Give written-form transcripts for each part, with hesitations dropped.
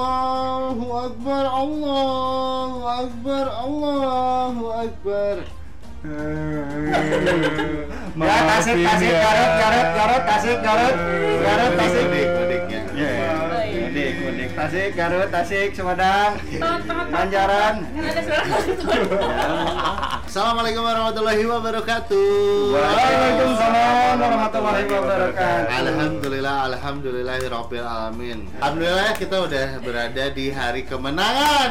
Allahu Akbar, Allahu Akbar, Allahu Akbar. Ya, tasik, garut, tasik, garut, tasik. Mudik, tasik, garut, tasik, Sumedang, Banjaran. Assalamualaikum warahmatullahi wabarakatuh. Waalaikumsalam warahmatullahi wabarakatuh. Alhamdulillahirabbil alamin. Alhamdulillah kita udah berada di hari kemenangan.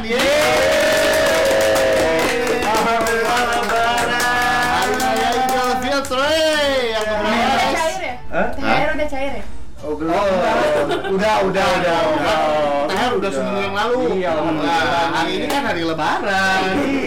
Alhamdulillah lebaran. Hari raya Idul Fitri yang Cair ya? THR udah cair ya? Oh, belum. Udah. THR udah seminggu yang lalu. Iya, alhamdulillah. Hari ini kan hari lebaran.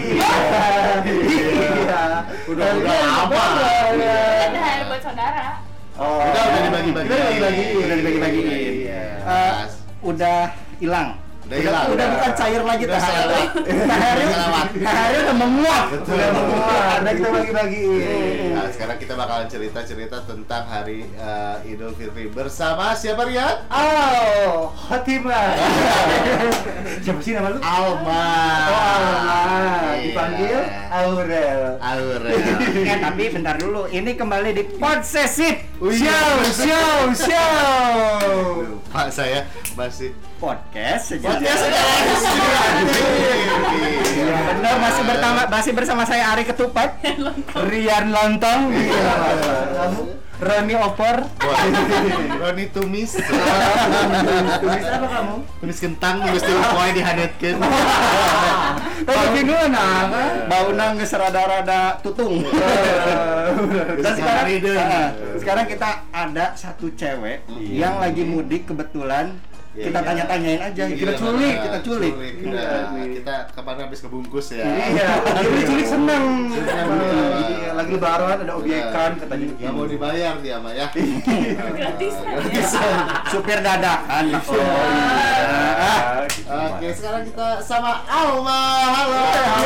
Iya. Udah apa? Kan THR buat saudara. Oh. Udah dibagi-bagi. Udah dibagi-bagi. Iya. Udah hilang. Udah bukan cair lagi udah selewat. THR udah menguap. Udah menguap. Udah kita bagi-bagi. Nah, sekarang kita bakalan cerita-cerita tentang hari Idul Fitri bersama siapa, Rian? Oh, Khotimah. Siapa sih nama lu? Alma. Oh, Alma. Iya. Dipanggil Aurel. Tapi bentar dulu, ini kembali di Podsesif. Show. Pak saya masih Podcast sejarah. Ya, benar, masih bersama saya Ari Ketupat, Rian Lontong. kamu Roni Opor, Roni Tumis. Tulis apa kamu? Tumis kentang, tumis tilupoy dihanetkeun. Tapi bingung nah. Bauna geus rada-rada tutung. Dan sekarang kita ada satu cewek yang lagi mudik kebetulan. Kita tanya-tanyain aja, kita culik. Kita kapan habis kebungkus ya? Iya, culik seneng. Lagi lebaran ada obyekan katanya. Nggak mau dibayar dia mah ya. Gratisan. Supir dadakan. Oke, sekarang kita sama Alma. Halo.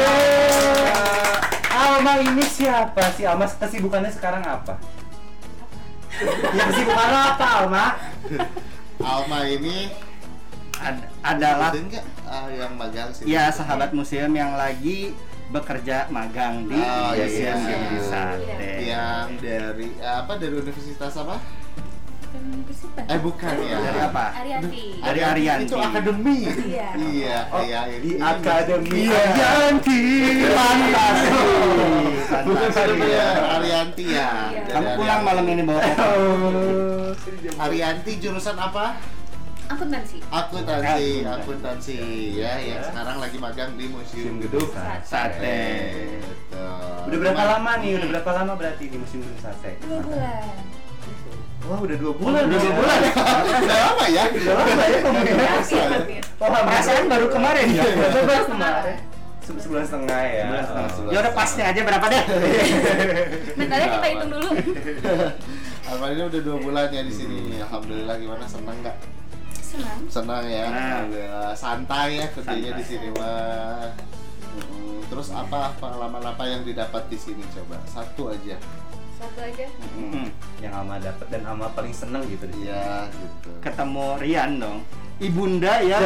Alma ini siapa sih? Alma kesibukannya sekarang apa? Ya kesibukannya apa, Alma? Alma ini adalah enggak yang magang sih. ya sahabat museum yang lagi bekerja magang di Museum Gedung Sate. Yang dari dari universitas apa? Universitas. Bukan ya. Dari apa? Arianti. Dari Arianti. Itu akademi. Iya. Di Akademi Arianti. Fantasi. Arianti ya. Kamu pulang malam ini bawa kopi. Arianti jurusan apa? Akuntansi ya, yang sekarang lagi magang di Museum Gedung Sate. Udah berapa lama nih? Udah berapa lama berarti di Museum Gedung Sate? 2 bulan. Wah, udah 2 bulan. Udah lama ya? Kamu Hampir. Perasaan baru kemarin ya. Baru kemarin. Sebulan setengah ya. Ya udah pasnya aja berapa deh. Bentar ya, kita hitung dulu. Alma ini udah 2 bulan ya di sini. Alhamdulillah, gimana, senang nggak? Senang ya. Alhamdulillah. Santai ya kerjanya di sini mah. Terus apa pengalaman apa yang didapat di sini, coba satu aja. Yang Alma dapat dan Alma paling seneng gitu. Iya gitu. Ketemu Rian dong. Ibunda ya.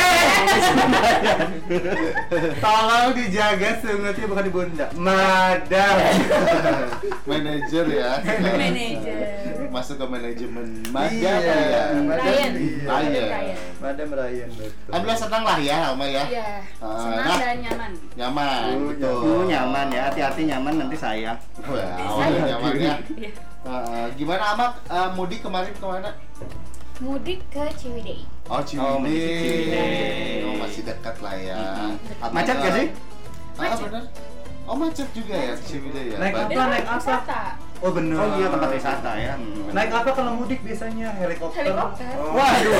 Tolong dijaga seungguhnya bukan ibunda. Madam. Manajer ya. Manajer. Masuk ke manajemen. Ryan. Madam Ryan betul. Alhamdulillah senang lah ya Alma ya. Iya. Senang dan nyaman. Nyaman. Nyaman ya, hati-hati nyaman nanti sayang. Wah, awalnya nyaman ya. Iya. Gimana Alma mudik kemarin kemana? Mudik ke Ciwidey. Ciwidey. Masih dekat lah ya. Macet gak sih? Macet. Benar. Macet juga ya Ciwidey ya. Naik apa? Dan Naik apa? wisata. Oh bener. Oh iya, tempat wisata ya. Naik apa kalau mudik biasanya? Helikopter. Waduh,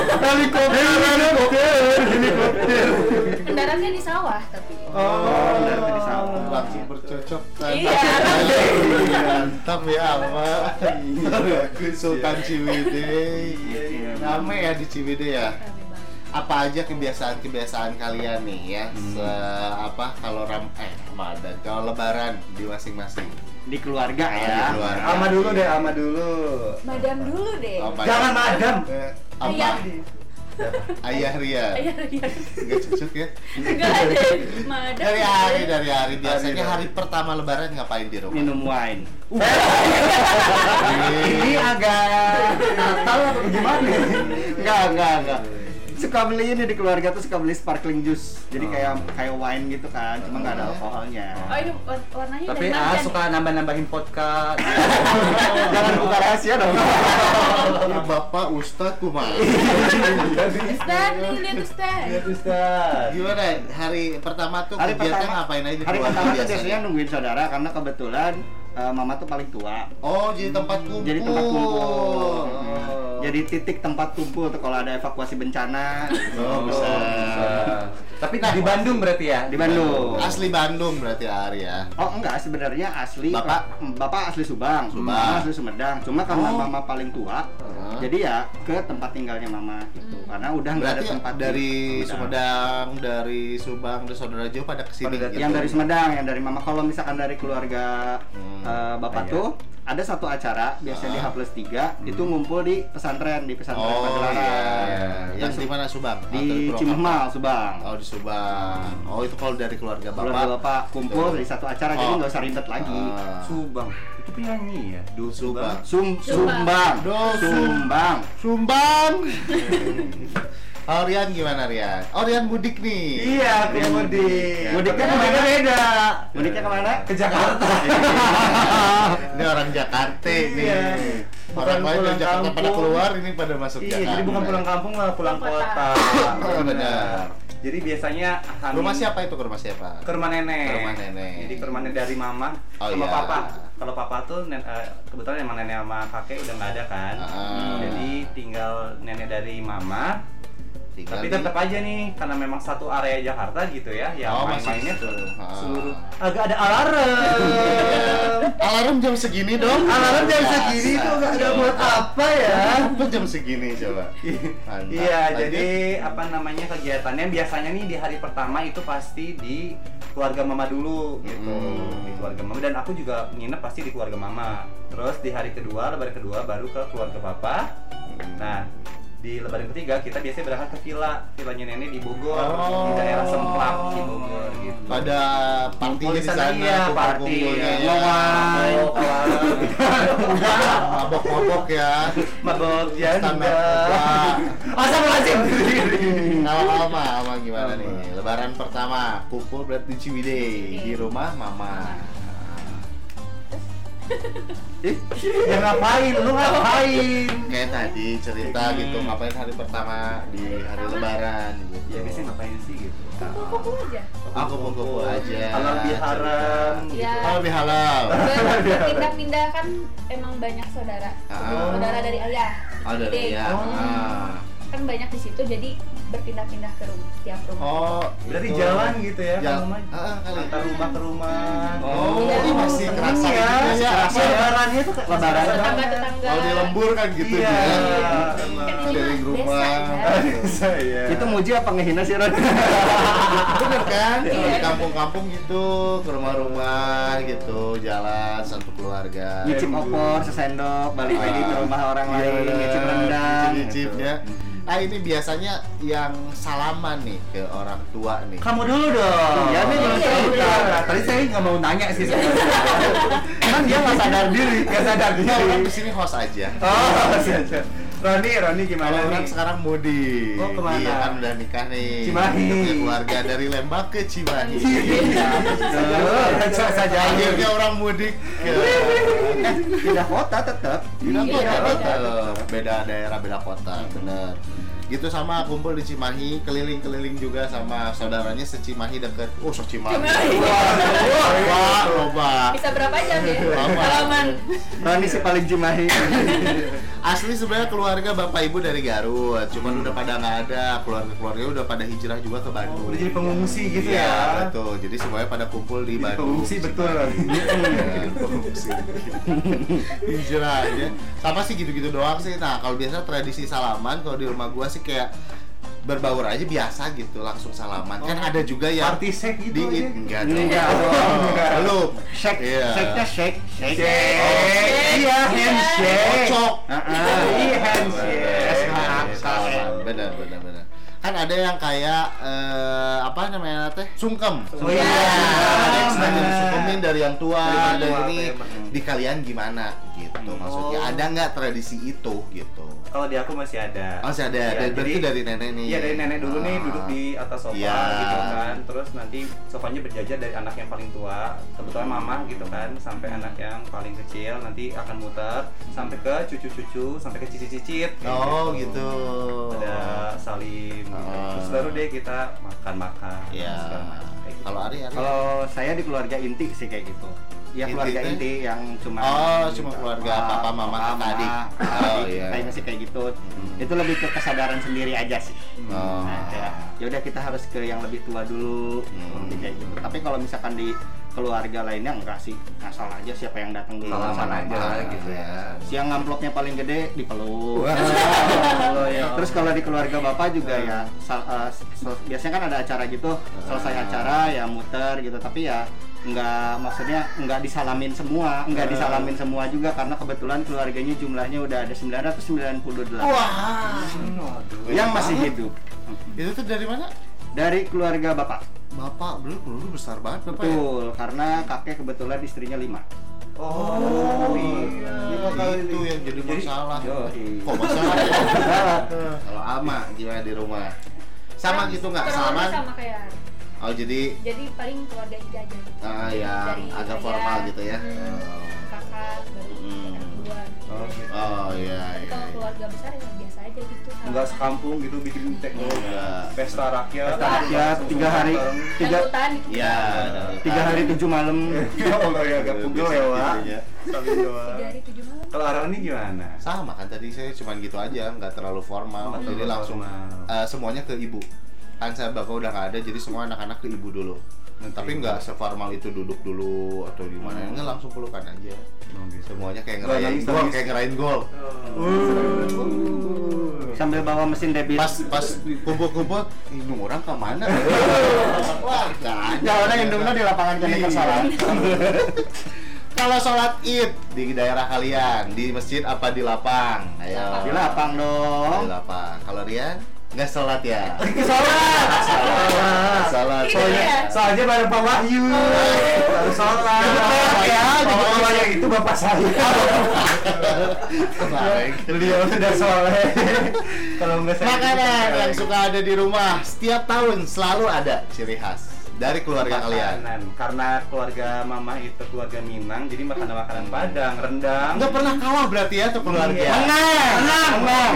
helikopter. Kendaraannya di sawah tapi. Kendaraan di sawah. Langsung bercocok kan. Iya. Mantap ya Alma. Sultan Ciwidey. Rame ya di Ciwidey ya. Apa aja kebiasaan kalian nih ya? Kalau Ramadan, kalau Lebaran di masing-masing. Di keluarga ya. Alma dulu deh. Madam dulu deh. Jangan madam. Apa? Ayah Rian. Ayah Rian. Enggak cocok ya. Enggak ada. Madam. Dari hari biasanya hari pertama lebaran ngapain di rumah? Minum wine. Ini agak Natal atau gimana? Enggak. Suka beli ini di keluarga tuh suka beli sparkling juice. Jadi kayak wine gitu kan, cuma nggak ada alkoholnya. Oh, ini warnanya Tapi dari marjan. suka nambah-nambahin vodka. Jangan buka rahasia dong. Ya Bapak Ustadz kumaha. Ustaz nih, lihat Ustaz. Ustaz. Gimana hari pertama tuh Hari kegiatan pertama- ngapain aja di Hari keluarga pertama tuh biasanya nungguin saudara karena kebetulan mama tuh paling tua. Oh, jadi tempat kumpul. Jadi tempat kumpul. Oh. Jadi titik tempat kumpul tuh kalau ada evakuasi bencana. Oh, bisa. Tapi di Bandung berarti ya? Di Bandung. Asli Bandung berarti Ari ya. Oh enggak, sebenarnya asli Bapak asli Subang, Subang. Mama asli Sumedang. Cuma karena mama paling tua, jadi ya ke tempat tinggalnya mama gitu. Karena udah nggak ada Berarti tempat dari di Sumedang, dari Subang, dari saudara jauh pada kesini gitu. Yang dari Sumedang, yang dari mama. Kalau misalkan dari keluarga bapak tuh ada satu acara biasanya di H+3 itu ngumpul di pesantren Pagelaran. Iya. Yang di mana Subang? Di Cimahmal, Subang. Oh, di Subang. Oh, itu kalau dari keluarga Bapak. Keluarga bapak kumpul di satu acara, jadi nggak usah ribet lagi. Subang. Itu penyanyi ya? Subang. Sumbang. Sumbang. Oh, Rian gimana Rian? Oh, Rian mudik nih. Iya, aku mudik. Mudiknya kemana beda? Mudiknya kemana? Ke Jakarta. Ini orang Jakarta nih. Iya. Orang lain dari Bukan Jakarta pulang pada kampung. keluar, ini pada masuk Iya, Jakarta. jadi bukan pulang kampung malah pulang kota. Oh, benar. Jadi biasanya Ke rumah siapa itu? Ke rumah siapa? Ke rumah nenek. Ke rumah nenek. Jadi ke rumah nenek dari mama Oh, sama iya. papa. Kalau papa tuh kebetulan emang nenek sama kakek udah nggak ada kan. Jadi tinggal nenek dari mama. Tapi tetap aja nih, karena memang satu area Jakarta gitu ya, yang main-mainnya tuh seluruh agak ada alarm. Alarm jam segini dong. Alarm jam segini tuh nggak ada buat apa ya? Apa jam segini coba? Mantap. Iya, Lanjut. jadi apa namanya kegiatannya biasanya nih di hari pertama itu pasti di keluarga mama dulu gitu. Di keluarga mama, dan aku juga nginep pasti di keluarga mama. Terus di hari kedua, lebaran kedua baru ke keluarga papa. Nah, di lebaran ketiga kita biasanya berangkat ke villanya nenek di Bogor, di daerah Semplak di Bogor gitu. Pada partinya di sana, ya, party mabok-mabok ya. Mabok janda. Astagfirullahaladzim. Lama gimana nih? Lebaran pertama kumpul berarti di Ciwidey di rumah mama. Ya ngapain? Lu ngapain? Kayak tadi cerita gitu, ngapain hari pertama di hari lebaran gitu. Ya biasanya ngapain sih gitu. Kumpul-kumpul aja. Aku kumpul aja. Halal biharam. Iya. Halal bihalal. Berpindah-pindah kan emang banyak saudara. Saudara dari ayah. Oh, dari Gede. ya. Kan banyak di situ, jadi berpindah-pindah ke setiap rumah. Oh, Berarti itu. jalan gitu ya Jalan. kalau Kali. antar rumah ke rumah. Oh, Iya. ini masih kerasa ya. gitu ya. Kerasa lebarannya tuh kayak lebaran. Tetangga-tetangga. Kalau di lembur kan gitu Iya. ya. Kan ini Keliling mah rumah. desa, ya. Saya. Itu muji apa ngehina sih, Ron? Bener kan? Kalau Iya. di kampung-kampung gitu, ke rumah-rumah gitu, jalan satu keluarga. Nyicip opor sesendok, balik lagi ke rumah orang lain, nyicip rendang. Nyicip-nyicipnya. Ah, ini biasanya yang salaman nih ke orang tua nih. Kamu dulu dong. Iya, nih, belum cerita. Tadi saya nggak mau nanya sih sebenarnya. Kan dia nggak sadar diri. Nggak sadar Nah, orang diri. di sini host aja. Oh, saja. Roni gimana Kalau orang nih? sekarang mudik. Oh, kemana? Iya, kan udah nikah nih. Cimahi. Udah punya keluarga dari Lembang ke Cimahi. Saja. Akhirnya orang mudik ke Pindah kota tetap. beda kota. Beda daerah, beda kota, bener. Gitu sama kumpul di Cimahi, keliling-keliling juga sama saudaranya se-Cimahi deket. Oh, se-Cimahi. Wah, loba. Bisa berapa jam ya? Lama. Halaman. Roni si paling Cimahi. Asli sebenarnya keluarga bapak ibu dari Garut, cuman udah pada nggak ada, keluarga udah pada hijrah juga ke Bandung. Udah jadi pengungsi gitu Iya, ya. betul. Jadi semuanya pada kumpul di Bandung. Pengungsi betul. Iya, pengungsi. Hijrah aja. Sama sih gitu-gitu doang sih. Nah, kalau biasa tradisi salaman kalau di rumah gua sih kayak berbaur aja biasa gitu, langsung salaman. Kan ada juga yang Party shake gitu aja. enggak dong. Enggak. Belum. Shake, Iya. shake-nya shake. Iya, handshake. Kocok. Iya, handshake. Salaman. benar. Kan ada yang kayak apa namanya teh? Sungkem. Oh iya. Ada yang sengaja disungkemin dari yang tua, dari ini. Di kalian gimana gitu maksudnya? Ada nggak tradisi itu gitu? Kalau di aku masih ada. Masih ada. Ya, Berarti dari nenek nih. Iya, dari nenek dulu nih duduk di atas sofa gitu kan. Terus nanti sofanya berjajar dari anak yang paling tua, kebetulan mama gitu kan, sampai anak yang paling kecil, nanti akan muter sampai ke cucu-cucu, sampai ke cicit-cicit. Oh gitu. Ada salim gitu. Terus baru deh kita makan-makan. Iya. Gitu. Kalau Ari? Kalau saya di keluarga inti sih kayak gitu. Ya keluarga inti yang cuma cuma keluarga papa, mama, kakak, adik. Iya. Kayaknya sih kayak gitu. Itu lebih ke kesadaran sendiri aja sih. Nah, kayak ya udah kita harus ke yang lebih tua dulu, lebih kayak gitu. Tapi kalau misalkan di keluarga lainnya enggak sih, asal aja siapa yang datang dulu salaman aja gitu ya. Siang amplopnya paling gede dipeluk. Terus kalau di keluarga bapak juga ya biasanya kan ada acara gitu, selesai acara ya muter gitu, tapi ya maksudnya enggak disalamin semua juga karena kebetulan keluarganya jumlahnya udah ada 998. Wah. Yang masih hidup. Itu tuh dari mana? Dari keluarga bapak. Bapak belum besar banget bapak. Betul, karena kakek kebetulan istrinya 5. Oh iya. Itu yang jadi masalah. Kok masalah? Kalau ama gimana di rumah? Sama gitu nggak? Sama kayak. Oh jadi paling keluarga inti aja gitu. Ya agak formal gitu ya. Kakak baru anak dua. Oh iya. Kalau keluarga besar ya biasa aja gitu. Enggak sekampung gitu bikin pesta rakyat. 3 hari 3 hari 7 malam. Ya Allah ya agak pugel ya, Wak. 3 hari 7 malam. Kalau Aroni gimana? Sama kan tadi saya cuma gitu aja, nggak terlalu formal. Jadi langsung semuanya ke ibu. Kan saya bapak udah nggak ada, jadi semua anak-anak ke ibu dulu. Tapi nggak seformal itu duduk dulu atau gimana, nggak langsung pelukan aja. Semuanya kayak ngerayain gol, Sambil bawa mesin debit. Pas kumpul-kumpul, ini orang kemana? Wah, ya orang Indomina di lapangan Candi Kersalan. Kalau sholat Id di daerah kalian, di masjid apa di lapang? Ayo. Di lapang dong. Di lapang. Kalau Rian? Nggak sholat ya? Sholat. Soalnya bareng Pak Wahyu. Baru sholat. Ya, Pak Wahyu itu bapak saya. Beliau sudah sholat. Kalau nggak saya. Makanan yang suka ada di rumah setiap tahun selalu ada ciri khas dari keluarga kalian. Karena keluarga mama itu keluarga Minang, jadi makanan Padang, rendang. Nggak pernah kalah berarti ya tuh keluarga. Menang.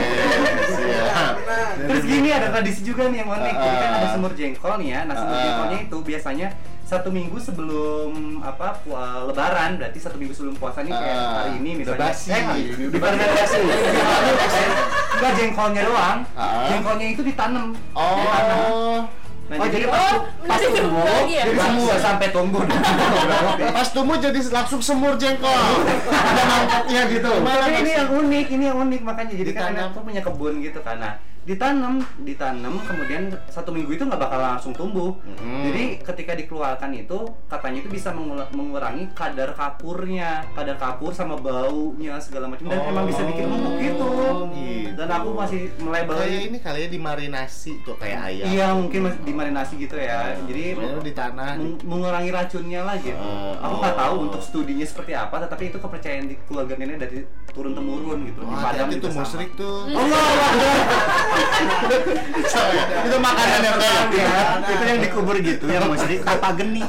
Terus gini ada tradisi juga nih yang unik. Jadi kan ada semur jengkol nih ya. Nah semur jengkolnya itu biasanya 1 minggu sebelum Lebaran, berarti 1 minggu sebelum puasa nih kayak hari ini misalnya. Dibanding basi. Enggak jengkolnya doang. Jengkolnya itu ditanam. Nah, jadi pas tumbuh, jadi semua sampai tumbuh. Pas tumbuh jadi langsung semur jengkol. Ada mangkoknya gitu. Tapi ini yang unik makanya jadi kan aku punya kebun gitu kan. Nah, ditanam kemudian 1 minggu itu nggak bakal langsung tumbuh. Jadi ketika dikeluarkan itu katanya itu bisa mengurangi kadar kapur sama baunya segala macam dan emang bisa bikin empuk gitu. Dan aku masih melabel kayak ini kali ya dimarinasi tuh kayak ayam. Iya mungkin masih dimarinasi gitu ya. Jadi di tanah mengurangi racunnya lah gitu. Aku nggak tahu untuk studinya seperti apa, tetapi itu kepercayaan di keluarga nenek dari turun temurun gitu. Di Padang itu sama. musyrik tuh. Itu makanan yang ya. Itu yang dikubur gitu, yang musyrik apa geni.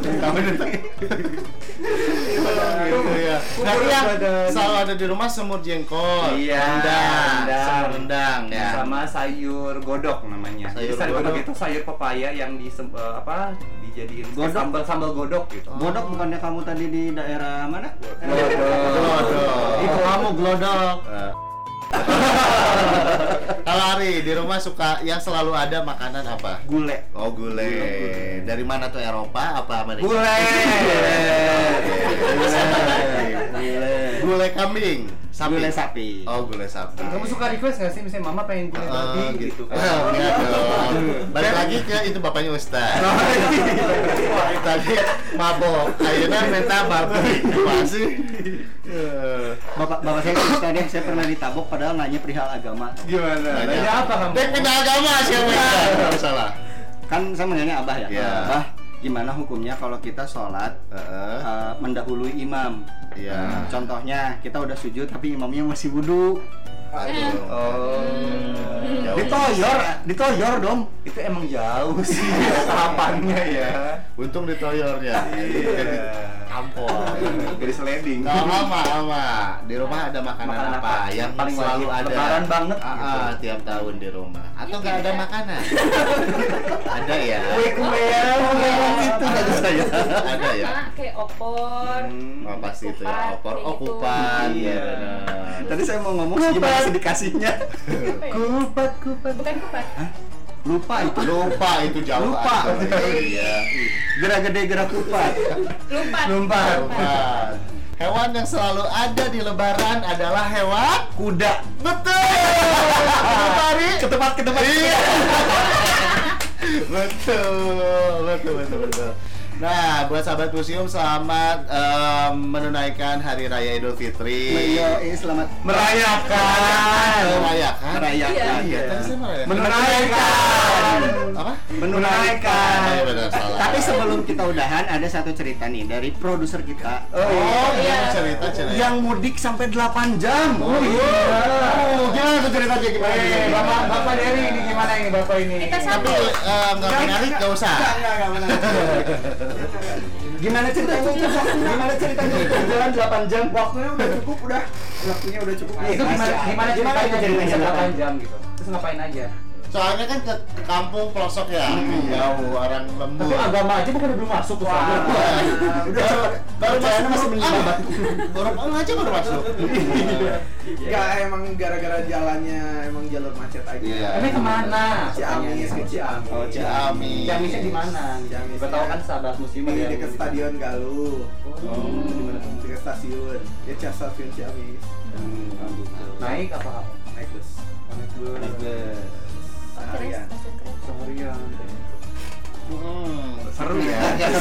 Nah, yang selalu ada di rumah semur jengkol, rendang ya. Sama sayur godok namanya. Sayur godok itu sayur pepaya yang dijadiin sambal godok gitu. Godok bukannya kamu tadi di daerah mana? Glodok. Itu kamu glodok. Kalau Ari di rumah suka yang selalu ada makanan apa? Gulai. Oh gulai. Dari mana tuh, Eropa apa Amerika? Gulai kambing. Gulai sapi. Oh gulai sapi. Kamu suka request nggak sih misalnya mama pengen gulai babi gitu kan? Balik lagi ke itu bapaknya Ustaz. Tadi mabok, akhirnya minta babi. Masih. Bapak saya cerita deh, saya pernah ditabok padahal nanya perihal agama. Gimana? Nanya apa kamu? Pindah agama siapa yang salah? Kan saya menanya Abah ya. Iya. Abah, gimana hukumnya kalau kita sholat mendahului imam? Iya. Contohnya kita udah sujud tapi imamnya masih wudu. Ditoyor dong. Itu emang jauh sih tahapannya ya. Untung ditoyornya. Ampun. Garis landing. Lama. Di rumah ada makanan apa yang paling selalu ada? Lebaran banget. Tiap tahun di rumah. Atau nggak ada makanan? Ada ya. Kue-kuean Itu tadi saya. Ada ya. Kayak opor. Oh, pasti itu ya Kupat, opor. kayak Oh, gitu. kupat. Iya. Benar. Tadi saya mau ngomong gimana sih dikasihnya. Kupat. Bukan kupat. Lupa itu jauh. Lupa. Iya. Gerak gede gerak kupat. Lupa. Hewan yang selalu ada di lebaran adalah hewan Kuda. betul. Tari Ketepat. Iya. Betul. Nah, buat sahabat museum selamat menunaikan Hari Raya Idul Fitri. Selamat Merayakan. Iya. Iya, tadi saya merayakan. Menunaikan. Apa? Menunaikan. Oh, iya benar, salah. Tapi sebelum kita udahan ada satu cerita nih dari produser kita. Iya, cerita. Yang mudik sampai 8 jam. Gimana tuh ceritanya gimana? Bapak Dery ini gimana ini Bapak ini? Kita Tapi nggak menarik, nggak usah. Enggak menarik. Gimana ceritanya? Jalan 8 jam. Waktunya udah cukup. Itu gimana ceritanya bisa 8 jam gitu? Terus ngapain aja? Soalnya kan ke kampung pelosok ya, jauh orang lembur. Tapi agama aja bukan belum masuk tuh. Baru masuk masih menyimak. baru masuk. Enggak, emang gara-gara jalannya emang jalur macet aja. Iya. Emang kemana? Ciamis ke Ciamis. Oh, Ciamis. Ciamisnya di mana? Ciamis. Gua tahu kan sahabat museum Di ada dekat stadion Galuh. Dekat stasiun. Ya stasiun Ciamis. Naik apa? Naik bus. Seharian. Seharian. Seru ya.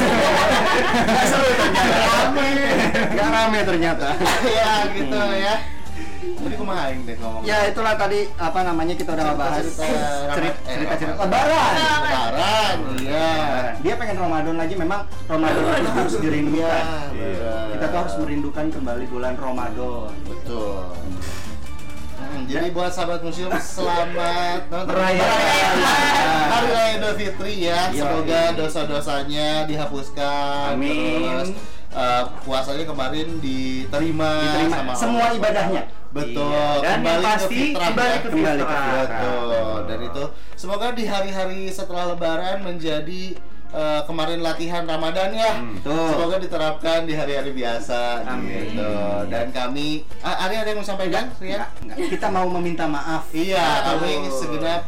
Gak rame ternyata. Ya gitu ya. Tadi kumaha aing deh ngomong. Ya itulah tadi apa namanya kita udah bahas cerita Lebaran. Iya. Dia pengen Ramadan lagi, memang Ramadan itu harus dirindukan. Iya. Kita tuh harus merindukan kembali bulan Ramadan. Betul. Jadi buat sahabat museum selamat Merayakan Hari Raya Idul Fitri ya. Iya. Semoga dosa-dosanya dihapuskan. Amin. Terus puasanya kemarin diterima sama semua Allah. ibadahnya. Betul. Iya. Dan yang pasti kembali ke fitrah. Betul. Dan itu semoga di hari-hari setelah Lebaran menjadi kemarin latihan Ramadan ya. Semoga diterapkan di hari-hari biasa. Amin. Gitu. Dan kami Ari ada yang mau sampaikan? Rian? Enggak. Kita mau meminta maaf. Iya, kami segenap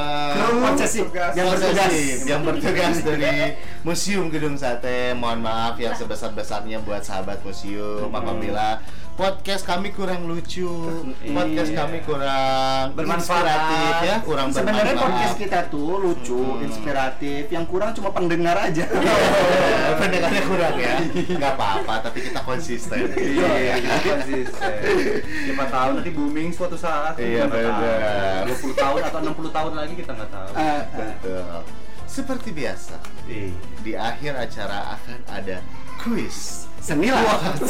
yang bertugas dari Museum Gedung Sate. Mohon maaf yang sebesar-besarnya buat sahabat museum apabila podcast kami kurang lucu, podcast kami kurang inspiratif ya, kurang bermanfaat. Sebenarnya podcast kita tuh lucu, inspiratif, yang kurang cuma pendengar aja. Pendengarnya kurang ya. Enggak apa-apa, tapi kita konsisten. Iya, konsisten. 5 tahun nanti booming suatu saat. Iya, benar. 20 tahun atau 60 tahun lagi kita nggak tahu. Betul. Seperti biasa, di akhir acara akan ada kuis. Senila.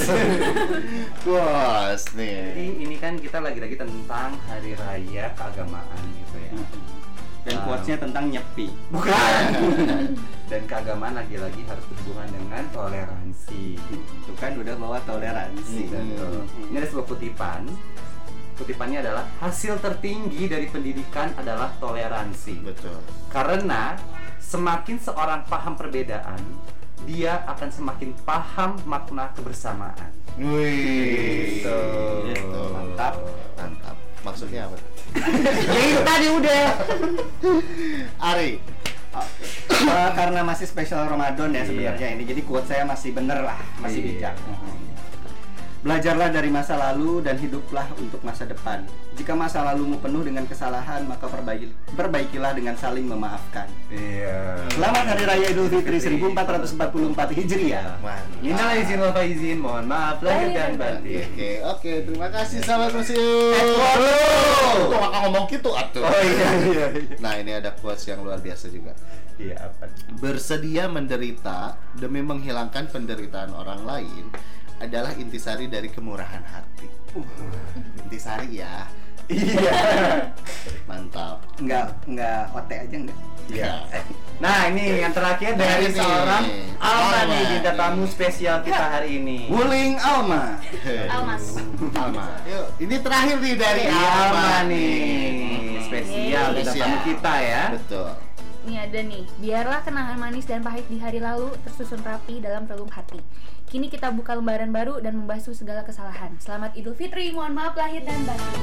Kuis nih. Jadi ini kan kita lagi-lagi tentang hari raya keagamaan gitu ya. Dan quotes-nya tentang nyepi. Bukan. Dan keagamaan lagi-lagi harus berhubungan dengan toleransi. Itu kan udah bawa toleransi. Betul. Ini ada sebuah kutipan. Kutipannya adalah hasil tertinggi dari pendidikan adalah toleransi. Betul. Karena semakin seorang paham perbedaan, dia akan semakin paham makna kebersamaan. Wih. Gitu. Mantap. Maksudnya apa? Ya itu tadi udah. Ari. Karena masih spesial Ramadan ya sebenarnya ini. Jadi quote saya masih bener lah, masih bijak. Belajarlah dari masa lalu dan hiduplah untuk masa depan. Jika masa lalumu penuh dengan kesalahan, maka perbaikilah dengan saling memaafkan. Iya. Selamat Hari Raya Idul Fitri 1444 Hijriah. Minal izin wal faizin, mohon maaf lahir dan batin. Oke, terima kasih sahabat musik. Tuh maka ngomong gitu atuh. Oh iya. Nah, ini ada quotes yang luar biasa juga. Iya, apa? Bersedia menderita demi menghilangkan penderitaan orang lain adalah intisari dari kemurahan hati. Intisari ya. Iya. Mantap. Enggak OT aja enggak? Iya. Nah, ini yang terakhir dari Ini. seorang Alma nih, Alma. bintang tamu spesial kita hari ini. Wuling Alma. Almas. Alma. Yuk, ini terakhir nih dari Alma nih. Spesial bintang tamu kita ya. Betul. Nih ada nih, biarlah kenangan manis dan pahit di hari lalu tersusun rapi dalam relung hati. Kini kita buka lembaran baru dan membasuh segala kesalahan. Selamat Idul Fitri, mohon maaf lahir dan batin.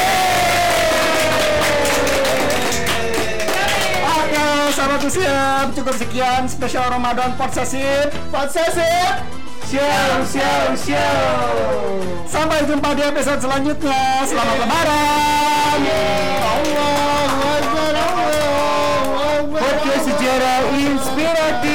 Oke, sahabat siap. Cukup sekian spesial Ramadan Podsesif. Show. Sampai jumpa di episode selanjutnya. Selamat Lebaran. Allahu Akbar. Podcast sejarah inspiratif.